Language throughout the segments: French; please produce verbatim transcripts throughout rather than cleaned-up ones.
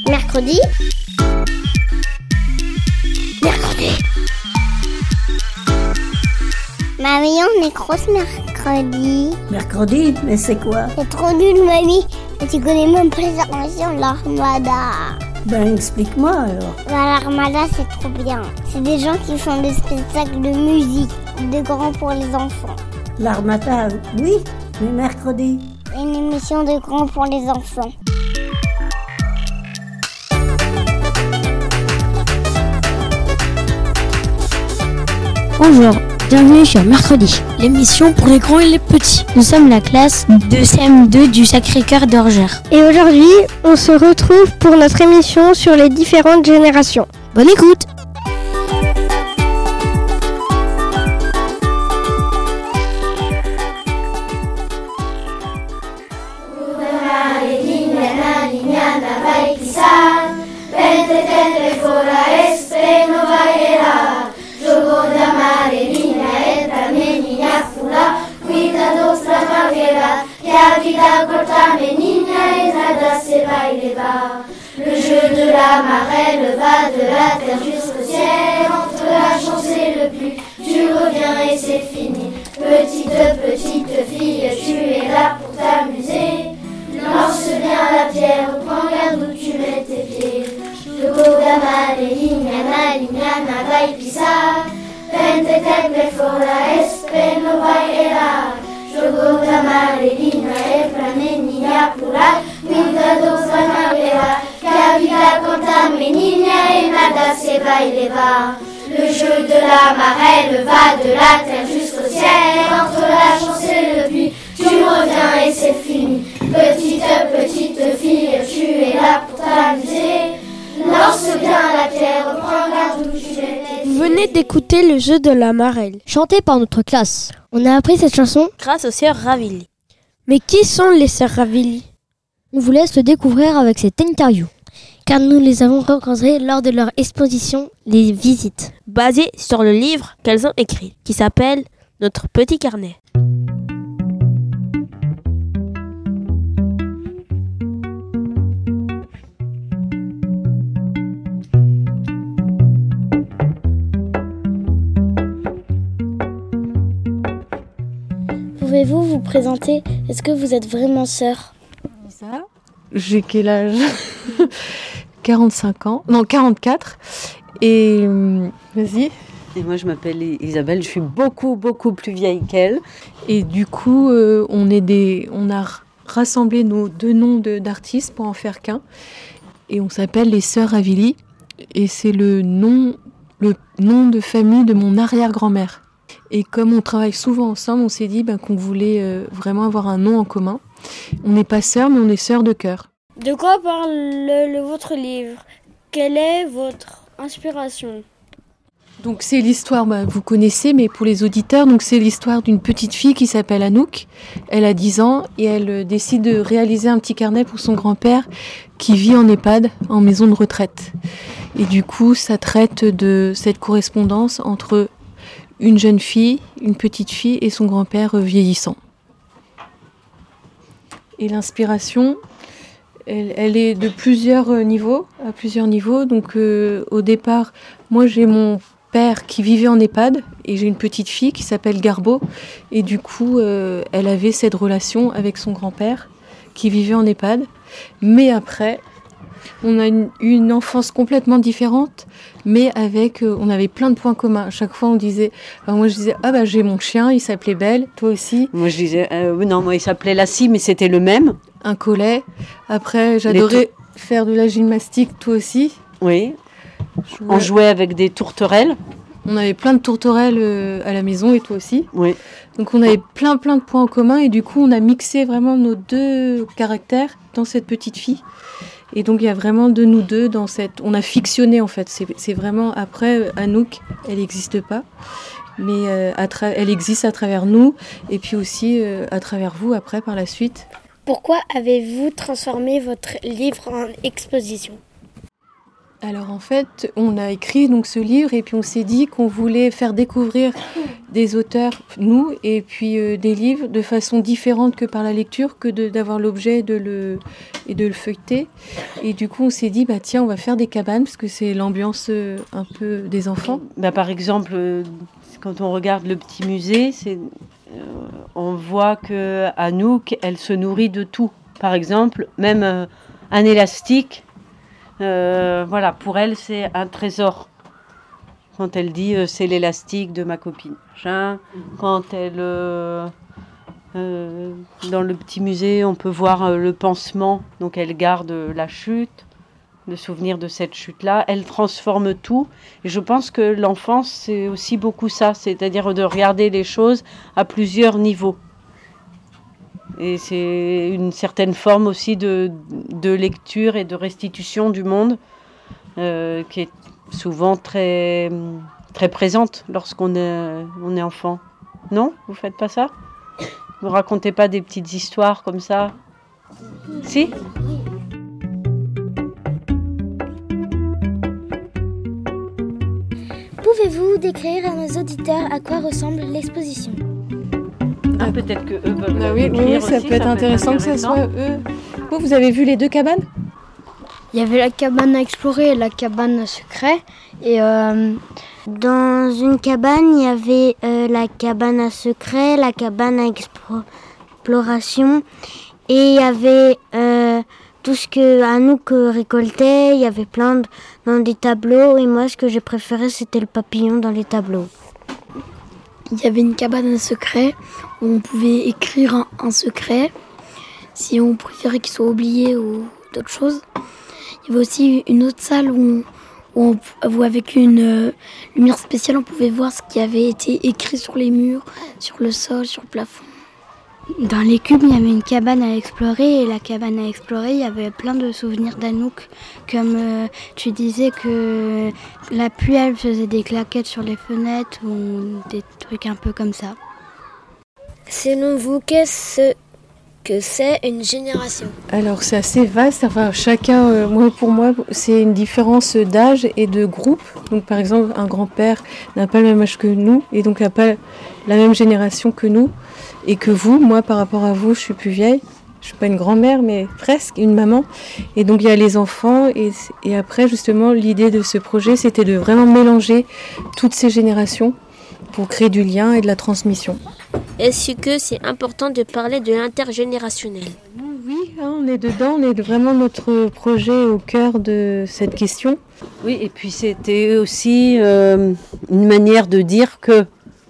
Mercredi. Mercredi. Mamie, on est grosse mercredi. Mercredi? Mais c'est quoi? C'est trop nul, mamie. Et tu connais même pas les armations de l'armada. Ben, explique-moi alors. Ben, l'armada, c'est trop bien. C'est des gens qui font des spectacles de musique, de grands pour les enfants. L'armada, oui, mais mercredi. C'est une émission de grands pour les enfants. Bonjour, bienvenue sur Mercredi, l'émission pour les grands et les petits. Nous sommes la classe de C M deux du Sacré-Cœur d'Orgères. Et aujourd'hui, on se retrouve pour notre émission sur les différentes générations. Bonne écoute! Le jeu de la marelle va de la terre jusqu'au ciel. Entre la chance et le pluie, tu reviens et c'est fini. Petite, petite fille, tu es là pour t'amuser. Lance bien la pierre, prends garde où tu mets tes pieds. Gioco lignana, lignana, vai pisar. Pente temple fora espeno vai era. Jogo da Marilina é pra menina pular. Cuidado pra navegar, que a vida conta menina et nada se vai levar. Le jeu de la marelle va de la terre jusqu'au ciel. Entre la chance et le pluie, tu reviens et c'est fini. Petite, petite fille, tu es là pour t'amuser. Lance bien la pierre, prends garde où tu mets. Vous venez d'écouter le jeu de la marelle, Chanté par notre classe. On a appris cette chanson Grâce aux sœurs Ravilli. Mais qui sont les sœurs Ravilli? On vous laisse le découvrir avec cette interview. Car nous les avons rencontrées lors de leur exposition Les Visites. Basée sur le livre qu'elles ont écrit, qui s'appelle Notre petit carnet. Pouvez-vous vous présenter? Est-ce que vous êtes vraiment sœurs? Ça, j'ai quel âge? quarante-cinq ans, non quarante-quatre. Et euh, vas-y. Et moi je m'appelle Isabelle, je suis beaucoup beaucoup plus vieille qu'elle. Et du coup, euh, on est des, on a rassemblé nos deux noms de, d'artistes pour en faire qu'un. Et on s'appelle les Sœurs Ravilli. Et c'est le nom, le nom de famille de mon arrière-grand-mère. Et comme on travaille souvent ensemble, on s'est dit ben, qu'on voulait euh, vraiment avoir un nom en commun. On n'est pas sœurs, mais on est sœurs de cœur. De quoi parle le, le, votre livre? Quelle est votre inspiration? Donc c'est l'histoire, bah, vous connaissez, mais pour les auditeurs, donc c'est l'histoire d'une petite fille qui s'appelle Anouk. Elle a dix ans et elle euh, décide de réaliser un petit carnet pour son grand-père qui vit en EHPAD, en maison de retraite. Et du coup, ça traite de cette correspondance entre une jeune fille, une petite fille et son grand-père vieillissant. Et l'inspiration, elle, elle est de plusieurs niveaux, à plusieurs niveaux. Donc euh, au départ, moi j'ai mon père qui vivait en EHPAD et j'ai une petite fille qui s'appelle Garbo. Et du coup, euh, elle avait cette relation avec son grand-père qui vivait en EHPAD. Mais après, on a une, une enfance complètement différente, mais avec, euh, on avait plein de points communs. À chaque fois, on disait, enfin, moi je disais, ah bah j'ai mon chien, il s'appelait Belle, toi aussi. Moi je disais, euh, non, moi il s'appelait Lassie, mais c'était le même. Un collet. Après, j'adorais tou- faire de la gymnastique, toi aussi. Oui. Jouais. On jouait avec des tourterelles. On avait plein de tourterelles euh, à la maison et toi aussi. Oui. Donc on avait plein plein de points en commun et du coup on a mixé vraiment nos deux caractères dans cette petite fille. Et donc il y a vraiment de nous deux dans cette... On a fictionné en fait, c'est, c'est vraiment... Après, Anouk, elle n'existe pas, mais euh, à tra... elle existe à travers nous, et puis aussi euh, à travers vous après, par la suite. Pourquoi avez-vous transformé votre livre en exposition? Alors en fait, on a écrit donc ce livre, et puis on s'est dit qu'on voulait faire découvrir des auteurs, nous, et puis euh, des livres de façon différente que par la lecture, que de, d'avoir l'objet de le, et de le feuilleter. Et du coup, on s'est dit, bah, tiens, on va faire des cabanes, parce que c'est l'ambiance euh, un peu des enfants. Bah, par exemple, euh, quand on regarde le petit musée, c'est, euh, on voit qu'Anouk, elle se nourrit de tout. Par exemple, même euh, un élastique, euh, voilà, pour elle, c'est un trésor. Quand elle dit euh, c'est l'élastique de ma copine. Quand elle, euh, euh, dans le petit musée, on peut voir euh, le pansement. Donc elle garde euh, la chute, le souvenir de cette chute-là. Elle transforme tout. Et je pense que l'enfance, c'est aussi beaucoup ça. C'est-à-dire de regarder les choses à plusieurs niveaux. Et c'est une certaine forme aussi de, de lecture et de restitution du monde euh, qui est souvent très, très présente lorsqu'on est, on est enfant. Non ? Vous faites pas ça ? Vous racontez pas des petites histoires comme ça ? Si ? Pouvez-vous décrire à nos auditeurs à quoi ressemble l'exposition ? Ah, peut-être que eux peuvent Ah oui, oui, oui, ça aussi, peut être ça intéressant, peut être que ça soit eux. Vous, vous avez vu les deux cabanes ? Il y avait la cabane à explorer et la cabane à secret. Et euh, dans une cabane, il y avait euh, la cabane à secret, la cabane à exploration. Et il y avait euh, tout ce que Anouk récoltait. Il y avait plein de, dans des tableaux. Et moi, ce que j'ai préféré, c'était le papillon dans les tableaux. il y avait une cabane à secret où on pouvait écrire un, un secret si on préférait qu'il soit oublié ou d'autres choses. Il y avait aussi une autre salle où, on, où, on, où avec une euh, lumière spéciale, on pouvait voir ce qui avait été écrit sur les murs, sur le sol, sur le plafond. Dans les cubes, il y avait une cabane à explorer et la cabane à explorer, il y avait plein de souvenirs d'Anouk. Comme euh, tu disais que la pluie, elle faisait des claquettes sur les fenêtres ou des trucs un peu comme ça. Selon vous, qu'est-ce que c'est une génération ? Alors c'est assez vaste, enfin chacun, euh, moi, pour moi, c'est une différence d'âge et de groupe. Donc par exemple, un grand-père n'a pas le même âge que nous et donc n'a pas la même génération que nous et que vous. Moi, par rapport à vous, je suis plus vieille. Je suis pas une grand-mère, mais presque une maman. Et donc il y a les enfants et, et après justement l'idée de ce projet, c'était de vraiment mélanger toutes ces générations pour créer du lien et de la transmission. Est-ce que c'est important de parler de l'intergénérationnel ? Oui, hein, on est dedans, on est vraiment notre projet au cœur de cette question. Oui, et puis c'était aussi euh, une manière de dire que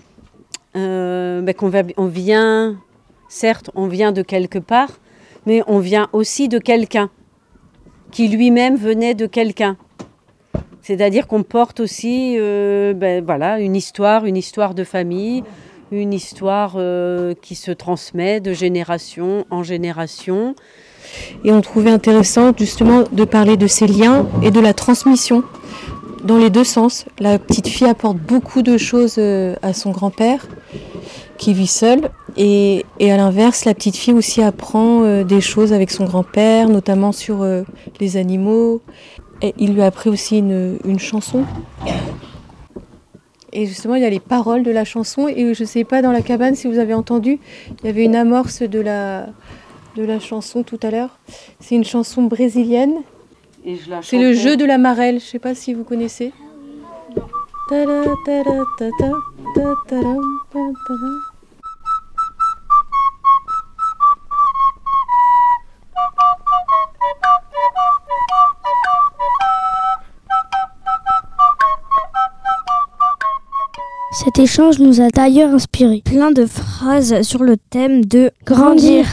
euh, ben, qu'on va, on vient, certes, on vient de quelque part, mais on vient aussi de quelqu'un qui lui-même venait de quelqu'un. C'est-à-dire qu'on porte aussi euh, ben, voilà, une histoire, une histoire de famille, une histoire euh, qui se transmet de génération en génération. Et on trouvait intéressant justement de parler de ces liens et de la transmission dans les deux sens. La petite fille apporte beaucoup de choses à son grand-père qui vit seul. Et, et à l'inverse, la petite fille aussi apprend euh, des choses avec son grand-père, notamment sur euh, les animaux. Et il lui a appris aussi une, une chanson. Et justement, il y a les paroles de la chanson. Et je ne sais pas, dans la cabane, si vous avez entendu, il y avait une amorce de la, de la chanson tout à l'heure. C'est une chanson brésilienne. Et je la C'est le jeu de la marelle. Je ne sais pas si vous connaissez. Ta-da, ta-da, ta-da, ta-da, ta-da. Cet échange nous a d'ailleurs inspiré plein de phrases sur le thème de grandir.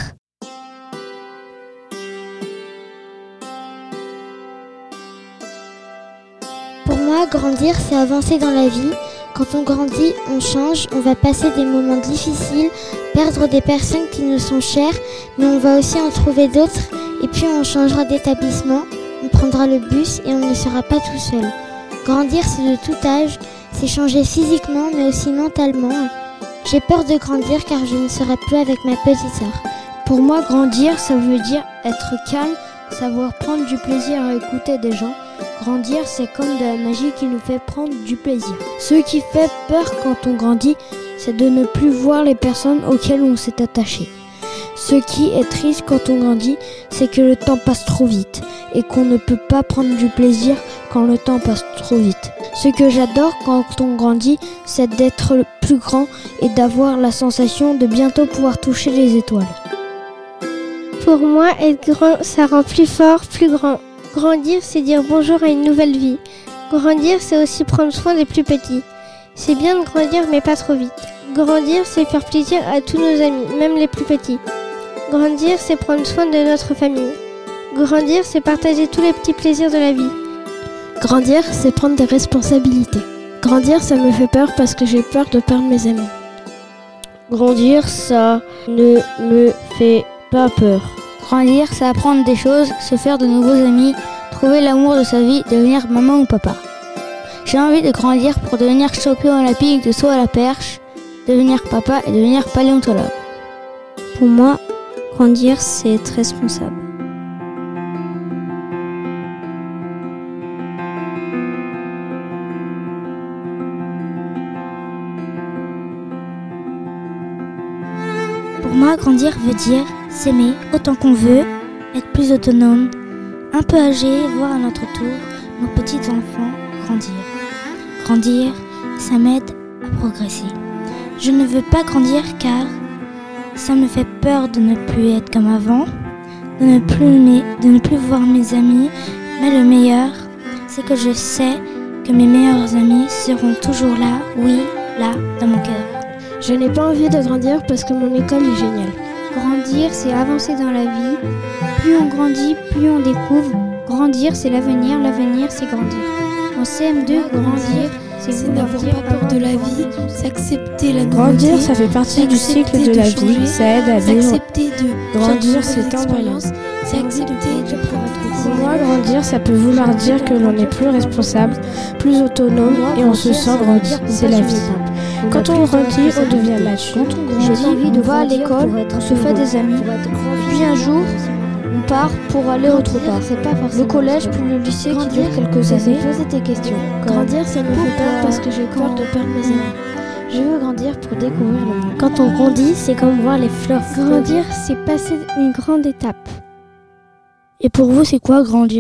Pour moi, grandir, c'est avancer dans la vie. Quand on grandit, on change, on va passer des moments difficiles, perdre des personnes qui nous sont chères, mais on va aussi en trouver d'autres. Et puis on changera d'établissement, on prendra le bus et on ne sera pas tout seul. Grandir, c'est de tout âge. C'est changer physiquement mais aussi mentalement. J'ai peur de grandir car je ne serai plus avec ma petite sœur. Pour moi, grandir, ça veut dire être calme, savoir prendre du plaisir à écouter des gens. Grandir, c'est comme de la magie qui nous fait prendre du plaisir. Ce qui fait peur quand on grandit, c'est de ne plus voir les personnes auxquelles on s'est attaché. Ce qui est triste quand on grandit, c'est que le temps passe trop vite et qu'on ne peut pas prendre du plaisir quand le temps passe trop vite. Ce que j'adore quand on grandit, c'est d'être plus grand et d'avoir la sensation de bientôt pouvoir toucher les étoiles. Pour moi, être grand, ça rend plus fort, plus grand. Grandir, c'est dire bonjour à une nouvelle vie. Grandir, c'est aussi prendre soin des plus petits. C'est bien de grandir, mais pas trop vite. Grandir, c'est faire plaisir à tous nos amis, même les plus petits. Grandir, c'est prendre soin de notre famille. Grandir, c'est partager tous les petits plaisirs de la vie. Grandir, c'est prendre des responsabilités. Grandir, ça me fait peur parce que j'ai peur de perdre mes amis. Grandir, ça ne me fait pas peur. Grandir, c'est apprendre des choses, se faire de nouveaux amis, trouver l'amour de sa vie, devenir maman ou papa. J'ai envie de grandir pour devenir champion olympique de saut à la perche, devenir papa et devenir paléontologue. Pour moi, grandir, c'est être responsable. Pour moi, grandir veut dire s'aimer autant qu'on veut, être plus autonome, un peu âgé, voir à notre tour nos petits-enfants grandir. Grandir, ça m'aide à progresser. Je ne veux pas grandir car ça me fait peur de ne plus être comme avant, de ne plus aimer, de ne plus voir mes amis, mais le meilleur, c'est que je sais que mes meilleurs amis seront toujours là, oui, là, dans mon cœur. Je n'ai pas envie de grandir parce que mon école est géniale. Grandir, c'est avancer dans la vie. Plus on grandit, plus on découvre. Grandir, c'est l'avenir. L'avenir, c'est grandir. En C M deux, grandir, c'est, c'est n'avoir pas peur de la vie, c'est accepter la nouveauté. Grandir, ça fait partie du cycle de, de la changer, vie. Ça aide à vivre. De grandir, c'est tendre rien. C'est accepter de prendre. Pour moi, grandir, ça peut vouloir dire que l'on est plus responsable, plus autonome et on se sent grandir. C'est la vie. Quand on grandit, on devient mature. Je dis, on va à l'école, on se fait des amis. Puis un jour, on part pour aller autre part. Le collège, puis le lycée qui dure quelques années. Poser tes questions. Grandir, ça me fait peur parce que j'ai peur de perdre mes amis. Je veux grandir pour découvrir le monde. Quand on grandit, c'est comme voir les fleurs. Grandir, c'est passer une grande étape. Et pour vous, c'est quoi grandir ?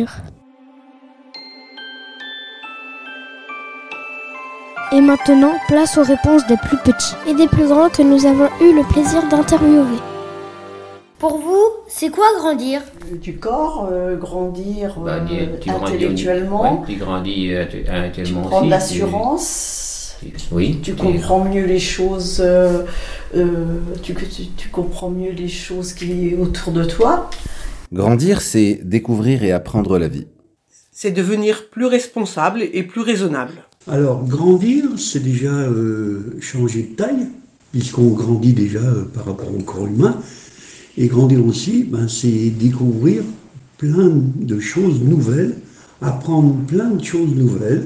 Et maintenant, place aux réponses des plus petits et des plus grands que nous avons eu le plaisir d'interviewer. Pour vous, c'est quoi grandir ? Du corps, euh, grandir euh, bah, tu intellectuellement, grandis, ouais, tu grandis euh, intellectuellement tu prends aussi, de l'assurance, tu, oui, tu tu comprends mieux les choses, euh, euh, tu, tu, tu comprends mieux les choses qui sont autour de toi. Grandir, c'est découvrir et apprendre la vie. C'est devenir plus responsable et plus raisonnable. Alors, grandir, c'est déjà euh, changer de taille, puisqu'on grandit déjà euh, par rapport au corps humain. Et grandir aussi, ben, c'est découvrir plein de choses nouvelles, apprendre plein de choses nouvelles,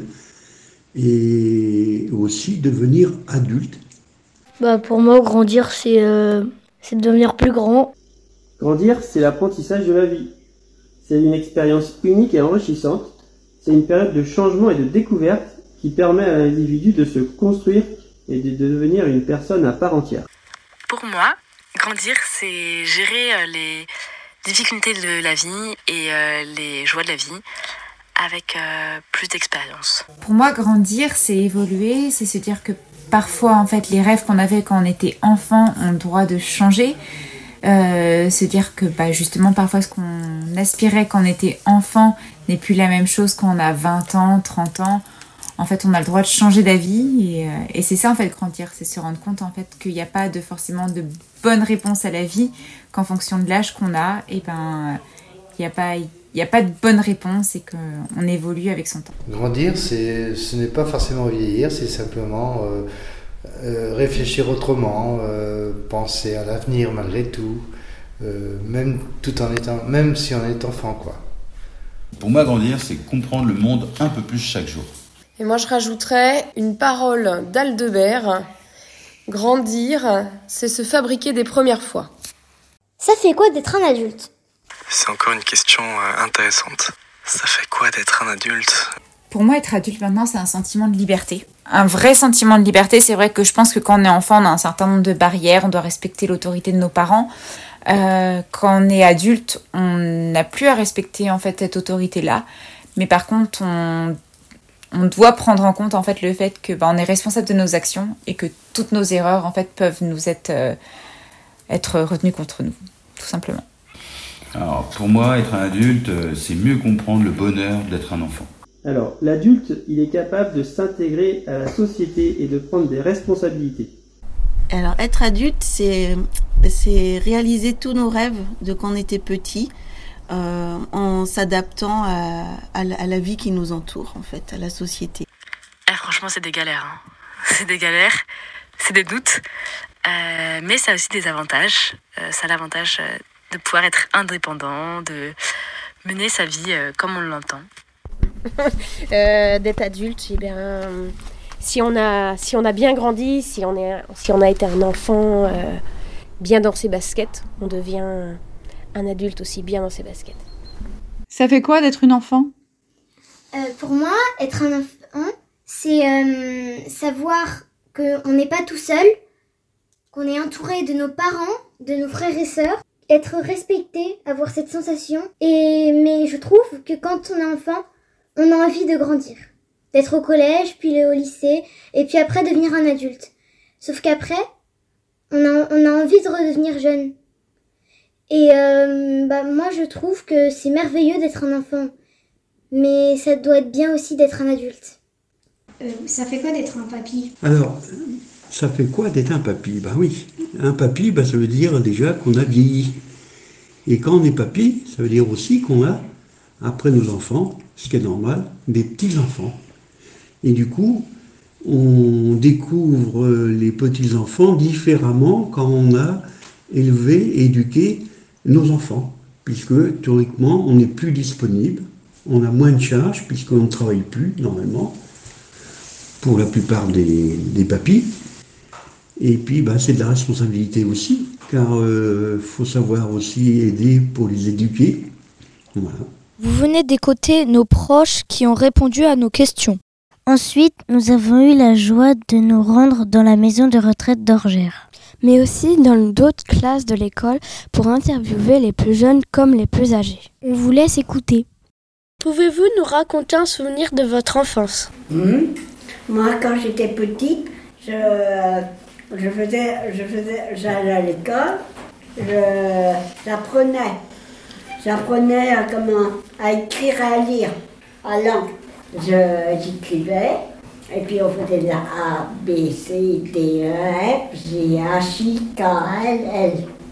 et aussi devenir adulte. Bah, pour moi, grandir, c'est, euh, c'est devenir plus grand. Grandir, c'est l'apprentissage de la vie. C'est une expérience unique et enrichissante. C'est une période de changement et de découverte qui permet à l'individu de se construire et de devenir une personne à part entière. Pour moi, grandir, c'est gérer les difficultés de la vie et les joies de la vie avec plus d'expérience. Pour moi, grandir, c'est évoluer, c'est se dire que parfois, en fait, les rêves qu'on avait quand on était enfant ont le droit de changer. Euh, se dire que bah, justement parfois ce qu'on aspirait quand on était enfant n'est plus la même chose quand on a vingt ans, trente ans. En fait, on a le droit de changer d'avis et, euh, et c'est ça en fait grandir, c'est se rendre compte en fait qu'il n'y a pas de, forcément de bonne réponse à la vie, qu'en fonction de l'âge qu'on a, et ben il n'y a pas il n'y a pas de bonne réponse et qu'on évolue avec son temps. Grandir, c'est, ce n'est pas forcément vieillir, c'est simplement euh, euh, réfléchir autrement, euh, penser à l'avenir malgré tout, euh, même tout en étant, même si on est enfant, quoi. Pour moi, grandir, c'est comprendre le monde un peu plus chaque jour. Et moi, je rajouterais une parole d'Aldebert. Grandir, c'est se fabriquer des premières fois. Ça fait quoi d'être un adulte ? C'est encore une question euh, intéressante. Ça fait quoi d'être un adulte ? Pour moi, être adulte maintenant, c'est un sentiment de liberté. Un vrai sentiment de liberté. C'est vrai que je pense que quand on est enfant, on a un certain nombre de barrières. On doit respecter l'autorité de nos parents. Euh, quand on est adulte, on n'a plus à respecter en fait cette autorité-là. Mais par contre, on, on doit prendre en compte en fait le fait que bah, on est responsable de nos actions et que toutes nos erreurs en fait peuvent nous être euh, être retenues contre nous, tout simplement. Alors, pour moi, être un adulte, c'est mieux comprendre le bonheur d'être un enfant. Alors, l'adulte, il est capable de s'intégrer à la société et de prendre des responsabilités. Alors, être adulte, c'est, c'est réaliser tous nos rêves de quand on était petit, euh, en s'adaptant à, à, la, à la vie qui nous entoure, en fait, à la société. Eh, franchement, c'est des galères. Hein. C'est des galères, c'est des doutes, euh, mais ça a aussi des avantages. Euh, ça a l'avantage de pouvoir être indépendant, de mener sa vie euh, comme on l'entend. euh, d'être adulte, eh bien, euh, si on a si on a bien grandi, si on est si on a été un enfant euh, bien dans ses baskets, on devient un adulte aussi bien dans ses baskets. Ça fait quoi d'être une enfant ? euh, Pour moi, être un enfant, c'est euh, savoir qu'on n'est pas tout seul, qu'on est entouré de nos parents, de nos frères et sœurs, être respecté, avoir cette sensation. Et mais je trouve que quand on est enfant, on a envie de grandir, d'être au collège, puis au lycée, et puis après devenir un adulte. Sauf qu'après, on a, on a envie de redevenir jeune. Et euh, bah, moi, je trouve que c'est merveilleux d'être un enfant, mais ça doit être bien aussi d'être un adulte. Euh, ça fait quoi d'être un papy ? Alors, ça fait quoi d'être un papy ? Ben oui, un papy, ben, ça veut dire déjà qu'on a vieilli. Et quand on est papy, ça veut dire aussi qu'on a, après nos enfants, ce qui est normal, des petits-enfants. Et du coup, on découvre les petits-enfants différemment quand on a élevé, éduqué nos enfants. Puisque, théoriquement, on n'est plus disponible, on a moins de charges, puisqu'on ne travaille plus, normalement, pour la plupart des, des papys. Et puis, ben, c'est de la responsabilité aussi, car il euh, faut savoir aussi aider pour les éduquer. Voilà. Vous venez d'écouter nos proches qui ont répondu à nos questions. Ensuite, nous avons eu la joie de nous rendre dans la maison de retraite d'Orgères, mais aussi dans d'autres classes de l'école pour interviewer les plus jeunes comme les plus âgés. On vous laisse écouter. Pouvez-vous nous raconter un souvenir de votre enfance ? mmh. Moi, quand j'étais petite, je, je faisais, je faisais, j'allais à l'école, je, j'apprenais. J'apprenais à, comment, à écrire et à lire, à langue. Je, j'écrivais, et puis on faisait la A, B, C, D, E, F, G, H, I, K, L, L.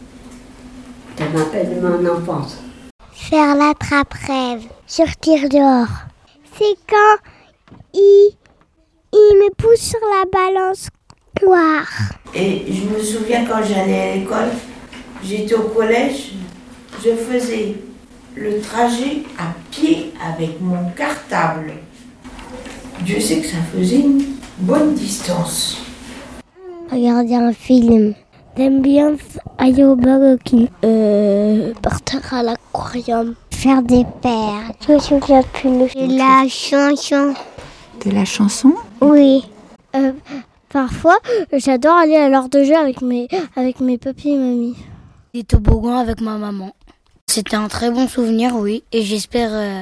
Ça m'appelle mon enfance. Faire l'attrape-rêve, sortir dehors. C'est quand il, il me pousse sur la balançoire. Et je me souviens quand j'allais à l'école, j'étais au collège, je faisais le trajet à pied avec mon cartable. Dieu sait que ça faisait une bonne distance. Regarder un film. J'aime bien aller au Burger King. Euh, partir à l'aquarium. Faire des perles. Je me souviens plus. Et la chanson. De la chanson ? Oui. Euh, parfois, j'adore aller à l'heure de jeu avec mes, avec mes papis et mamie. Des toboggans avec ma maman. C'était un très bon souvenir, oui. Et j'espère euh,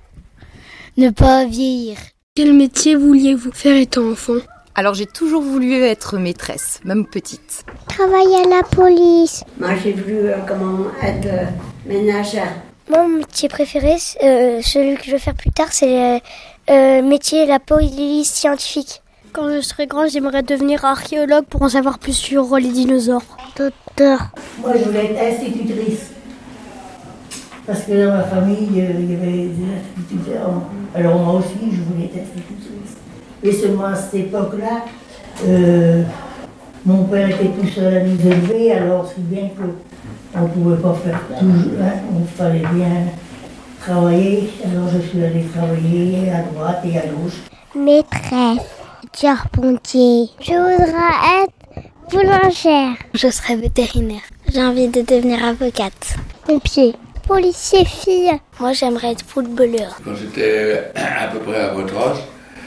ne pas vieillir. Quel métier vouliez-vous faire étant enfant ? Alors j'ai toujours voulu être maîtresse, même petite. Travailler à la police. Moi j'ai voulu euh, comment être euh, ménagère. Moi mon métier préféré, euh, celui que je veux faire plus tard, c'est le euh, métier la police scientifique. Quand je serai grande, j'aimerais devenir archéologue pour en savoir plus sur les dinosaures. Docteur. Moi je voulais être institutrice. Parce que dans ma famille, il y avait des instituteurs. Alors moi aussi, je voulais être institutrice. Et seulement à cette époque-là, euh, mon père était tout seul à nous élever, alors c'est bien qu'on ne pouvait pas faire tout, hein, il fallait bien travailler. Alors je suis allée travailler à droite et à gauche. Maîtresse, charpentier. Je voudrais être boulangère. Je serai vétérinaire. J'ai envie de devenir avocate. Pompier. policier fille. Moi, j'aimerais être footballeur. Quand j'étais à peu près à votre âge,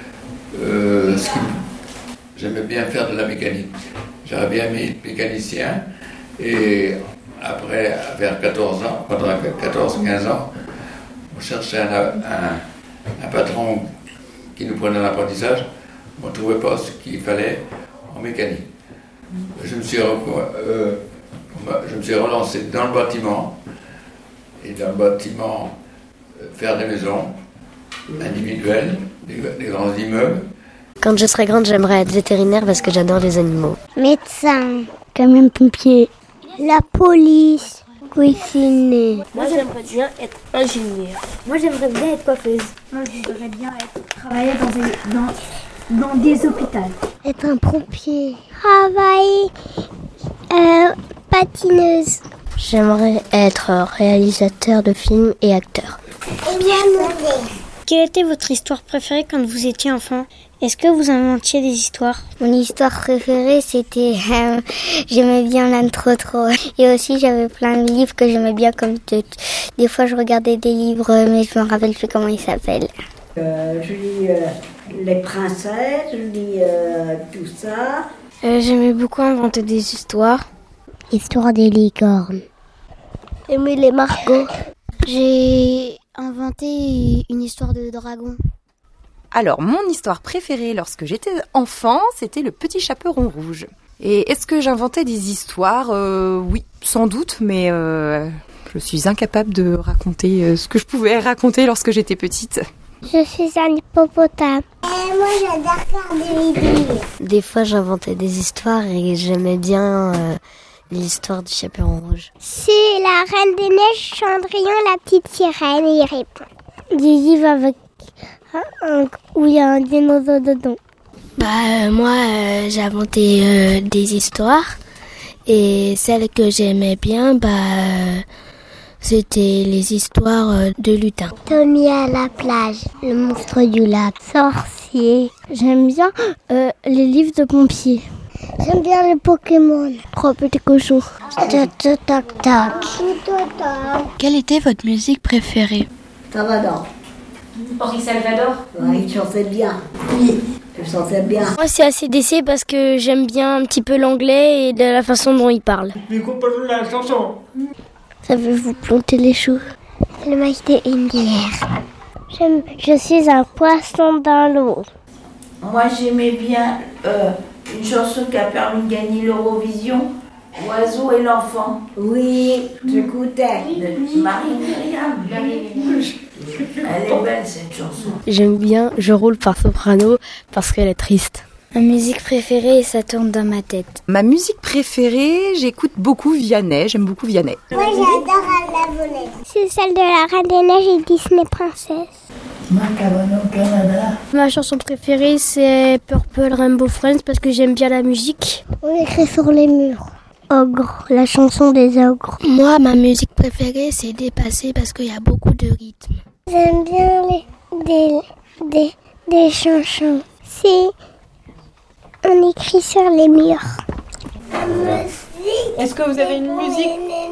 euh, j'aimais bien faire de la mécanique. J'aurais bien aimé être mécanicien. Et après, vers quatorze ans, quand on avait quatorze quinze ans, on cherchait un, un, un patron qui nous prenait l'apprentissage. On ne trouvait pas ce qu'il fallait en mécanique. Je me suis, euh, je me suis relancé dans le bâtiment, et dans le bâtiment, euh, faire des maisons individuelles, des, des grands immeubles. Quand je serai grande, j'aimerais être vétérinaire parce que j'adore les animaux. Médecin, camion pompier, la police, cuisiner. Moi, j'aimerais bien être ingénieur. Moi, j'aimerais bien être coiffeuse. Moi, j'aimerais bien être, travailler dans des, dans, dans des hôpitaux. Être un pompier. Travailler euh, patineuse. J'aimerais être réalisateur de films et acteur. Et bien Quelle était votre histoire préférée quand vous étiez enfant? Est-ce que vous inventiez des histoires? Mon histoire préférée, c'était... Euh, j'aimais bien l'âne trop trop. Et aussi, j'avais plein de livres que j'aimais bien comme tout. Des fois, je regardais des livres, mais je me rappelle plus comment ils s'appellent. Euh, je lis euh, Les Princesses, je lis euh, tout ça. Euh, j'aimais beaucoup inventer des histoires. Histoire des licornes. Aimer les margots. J'ai inventé une histoire de dragon. Alors, mon histoire préférée lorsque j'étais enfant, c'était le petit chaperon rouge. Et est-ce que j'inventais des histoires? euh, Oui, sans doute, mais euh, je suis incapable de raconter ce que je pouvais raconter lorsque j'étais petite. Je suis un hippopotame. Et moi, j'adore regarder les billes. Des fois, j'inventais des histoires et j'aimais bien euh, l'histoire du chaperon rouge. C'est la Reine des Neiges, Cendrillon, la petite sirène, et il répond. Des livres avec un, où il y a un dinosaure dedans. Bah, euh, moi, euh, j'ai inventé euh, des histoires. Et celle que j'aimais bien, bah... Euh, C'était les histoires de lutins. Tommy à la plage, le monstre du lac, sorcier. J'aime bien euh, les livres de pompiers. J'aime bien les Pokémon. Trois petits cochons. Toc toc toc toc. Quelle était votre musique préférée? Salvador. Henri Salvador? Ouais, il chantait bien. Oui, il chantait bien. Moi, c'est A C D C parce que j'aime bien un petit peu l'anglais et de la façon dont il parle. Mais comprends la chanson. Savez-vous planter les choux? Le mec de Indière. J'aime, je suis un poisson dans l'eau. Moi, j'aimais bien euh, une chanson qui a permis de gagner l'Eurovision, Oiseau et l'enfant. Oui, j'écoutais. De Marie-Myriam. Elle est belle, cette chanson. J'aime bien Je roule par soprano parce qu'elle est triste. Ma musique préférée, ça tourne dans ma tête. Ma musique préférée, j'écoute beaucoup Vianney, j'aime beaucoup Vianney. Moi, j'adore la volée. C'est celle de la Reine des Neiges et Disney Princesse. Macaron au Canada. Ma chanson préférée, c'est Purple Rainbow Friends parce que j'aime bien la musique. On écrit sur les murs. Ogre, la chanson des ogres. Moi, ma musique préférée, c'est Dépassé parce qu'il y a beaucoup de rythme. J'aime bien les, des, des, des chansons. C'est... On écrit sur les murs. Est-ce que vous avez une musique?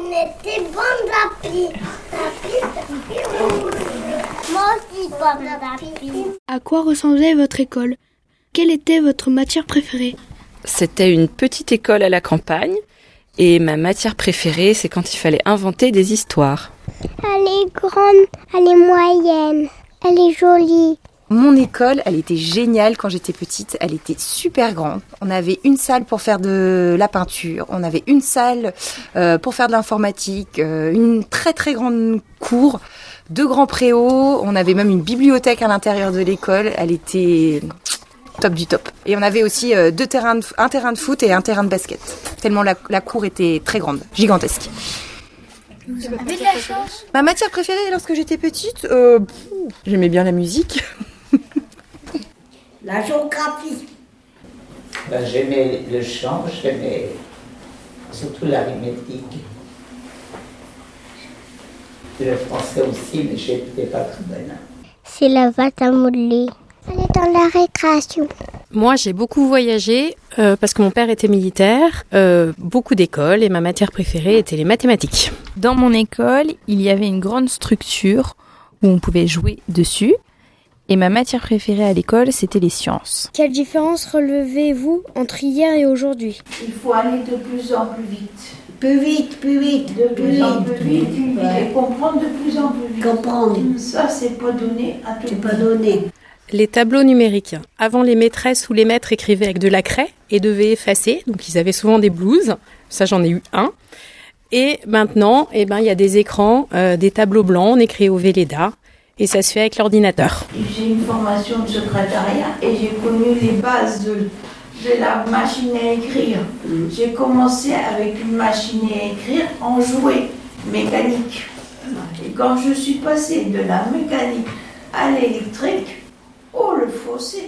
À quoi ressemblait votre école? Quelle était votre matière préférée? C'était une petite école à la campagne et ma matière préférée, c'est quand il fallait inventer des histoires. Elle est grande, elle est moyenne, elle est jolie. Mon école, elle était géniale quand j'étais petite, elle était super grande. On avait une salle pour faire de la peinture, on avait une salle euh, pour faire de l'informatique, euh, une très très grande cour, deux grands préaux, on avait même une bibliothèque à l'intérieur de l'école, elle était top du top. Et on avait aussi euh, deux terrains de, un terrain de foot et un terrain de basket, tellement la, la cour était très grande, gigantesque. Vous avez de la chance. Ma matière préférée lorsque j'étais petite, euh, j'aimais bien la musique. La géographie. Ben, j'aimais le chant, j'aimais surtout l'arithmétique. Le français aussi, mais je n'étais pas très bonne. C'est la pâte à modeler. Elle est dans la récréation. Moi, j'ai beaucoup voyagé euh, parce que mon père était militaire, euh, beaucoup d'écoles et ma matière préférée était les mathématiques. Dans mon école, il y avait une grande structure où on pouvait jouer dessus et ma matière préférée à l'école, c'était les sciences. Quelle différence relevez-vous entre hier et aujourd'hui? Il faut aller de plus en plus vite. Plus vite, plus vite, De plus, plus en vite, plus vite, ouais. et comprendre de plus en plus vite. Comprendre. Ça, c'est pas donné à tout le C'est monde. pas donné. Les tableaux numériques. Avant, les maîtresses ou les maîtres écrivaient avec de la craie et devaient effacer. Donc, ils avaient souvent des blouses. Ça, j'en ai eu un. Et maintenant, eh ben, il y a des écrans, euh, des tableaux blancs. On écrit au Velleda. Et ça se fait avec l'ordinateur. J'ai une formation de secrétariat et j'ai connu les bases de, de la machine à écrire. J'ai commencé avec une machine à écrire en jouet mécanique. Et quand je suis passée de la mécanique à l'électrique, oh le fossé!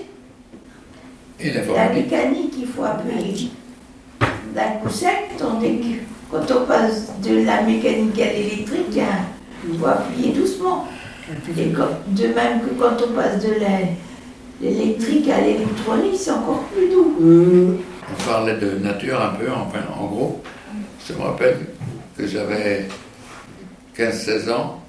Et La l'informatique. mécanique, il faut appuyer d'un coup sec, tandis que quand on passe de la mécanique à l'électrique, il faut appuyer doucement. Et comme- de même que quand on passe de la- l'électrique à l'électronique, c'est encore plus doux. On parlait de nature un peu, enfin, en gros. Je me rappelle que j'avais quinze seize ans,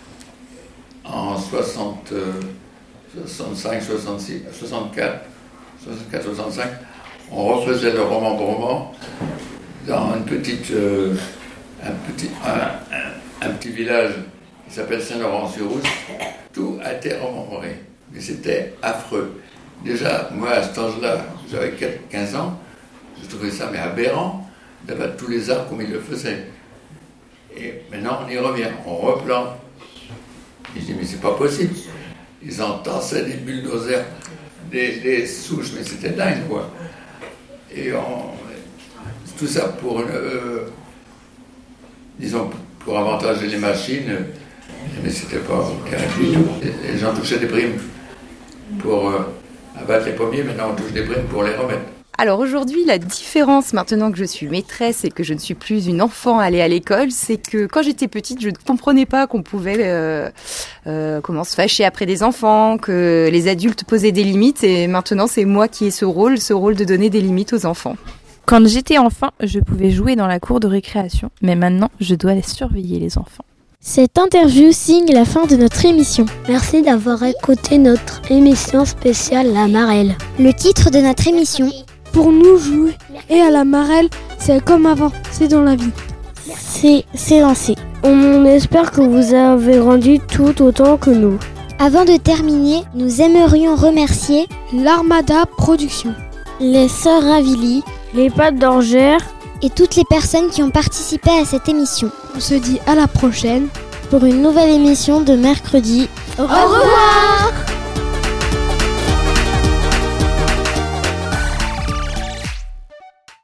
en soixante, euh, soixante-cinq, soixante-six, soixante-quatre, soixante-quatre, soixante-cinq, on refaisait le roman Broman dans une petite, euh, un, petit, un, un- un petit village qui s'appelle Saint-Laurent-sur-Rousse. Tout a été remembré, mais c'était affreux. Déjà, moi, à cet âge-là, j'avais quinze ans, je trouvais ça mais aberrant d'abattre tous les arbres comme ils le faisaient. Et maintenant, on y revient, on replante. Et je dis, mais c'est pas possible. Ils entassaient des bulldozers, des, des souches, mais c'était dingue, quoi. Et on, tout ça pour, euh, disons, pour avantager les machines, mais c'était pas terrible du tout. Et les gens touchaient des primes pour euh, abattre les pommiers, maintenant on touche des primes pour les remettre. Alors aujourd'hui, la différence maintenant que je suis maîtresse et que je ne suis plus une enfant allée à l'école, c'est que quand j'étais petite, je ne comprenais pas qu'on pouvait euh, euh, comment se fâcher après des enfants, que les adultes posaient des limites et maintenant c'est moi qui ai ce rôle, ce rôle de donner des limites aux enfants. Quand j'étais enfant, je pouvais jouer dans la cour de récréation, mais maintenant, je dois les surveiller les enfants. Cette interview signe la fin de notre émission. Merci d'avoir écouté notre émission spéciale La Marelle. Le titre de notre émission. Pour nous, jouer et à la marelle, c'est comme avant, c'est dans la vie. C'est, c'est lancé. On espère que vous avez grandi tout autant que nous. Avant de terminer, nous aimerions remercier l'Armada Productions, Les Sœurs Ravilly, Les Pattes d'Angers et toutes les personnes qui ont participé à cette émission. On se dit à la prochaine pour une nouvelle émission de mercredi. Au revoir.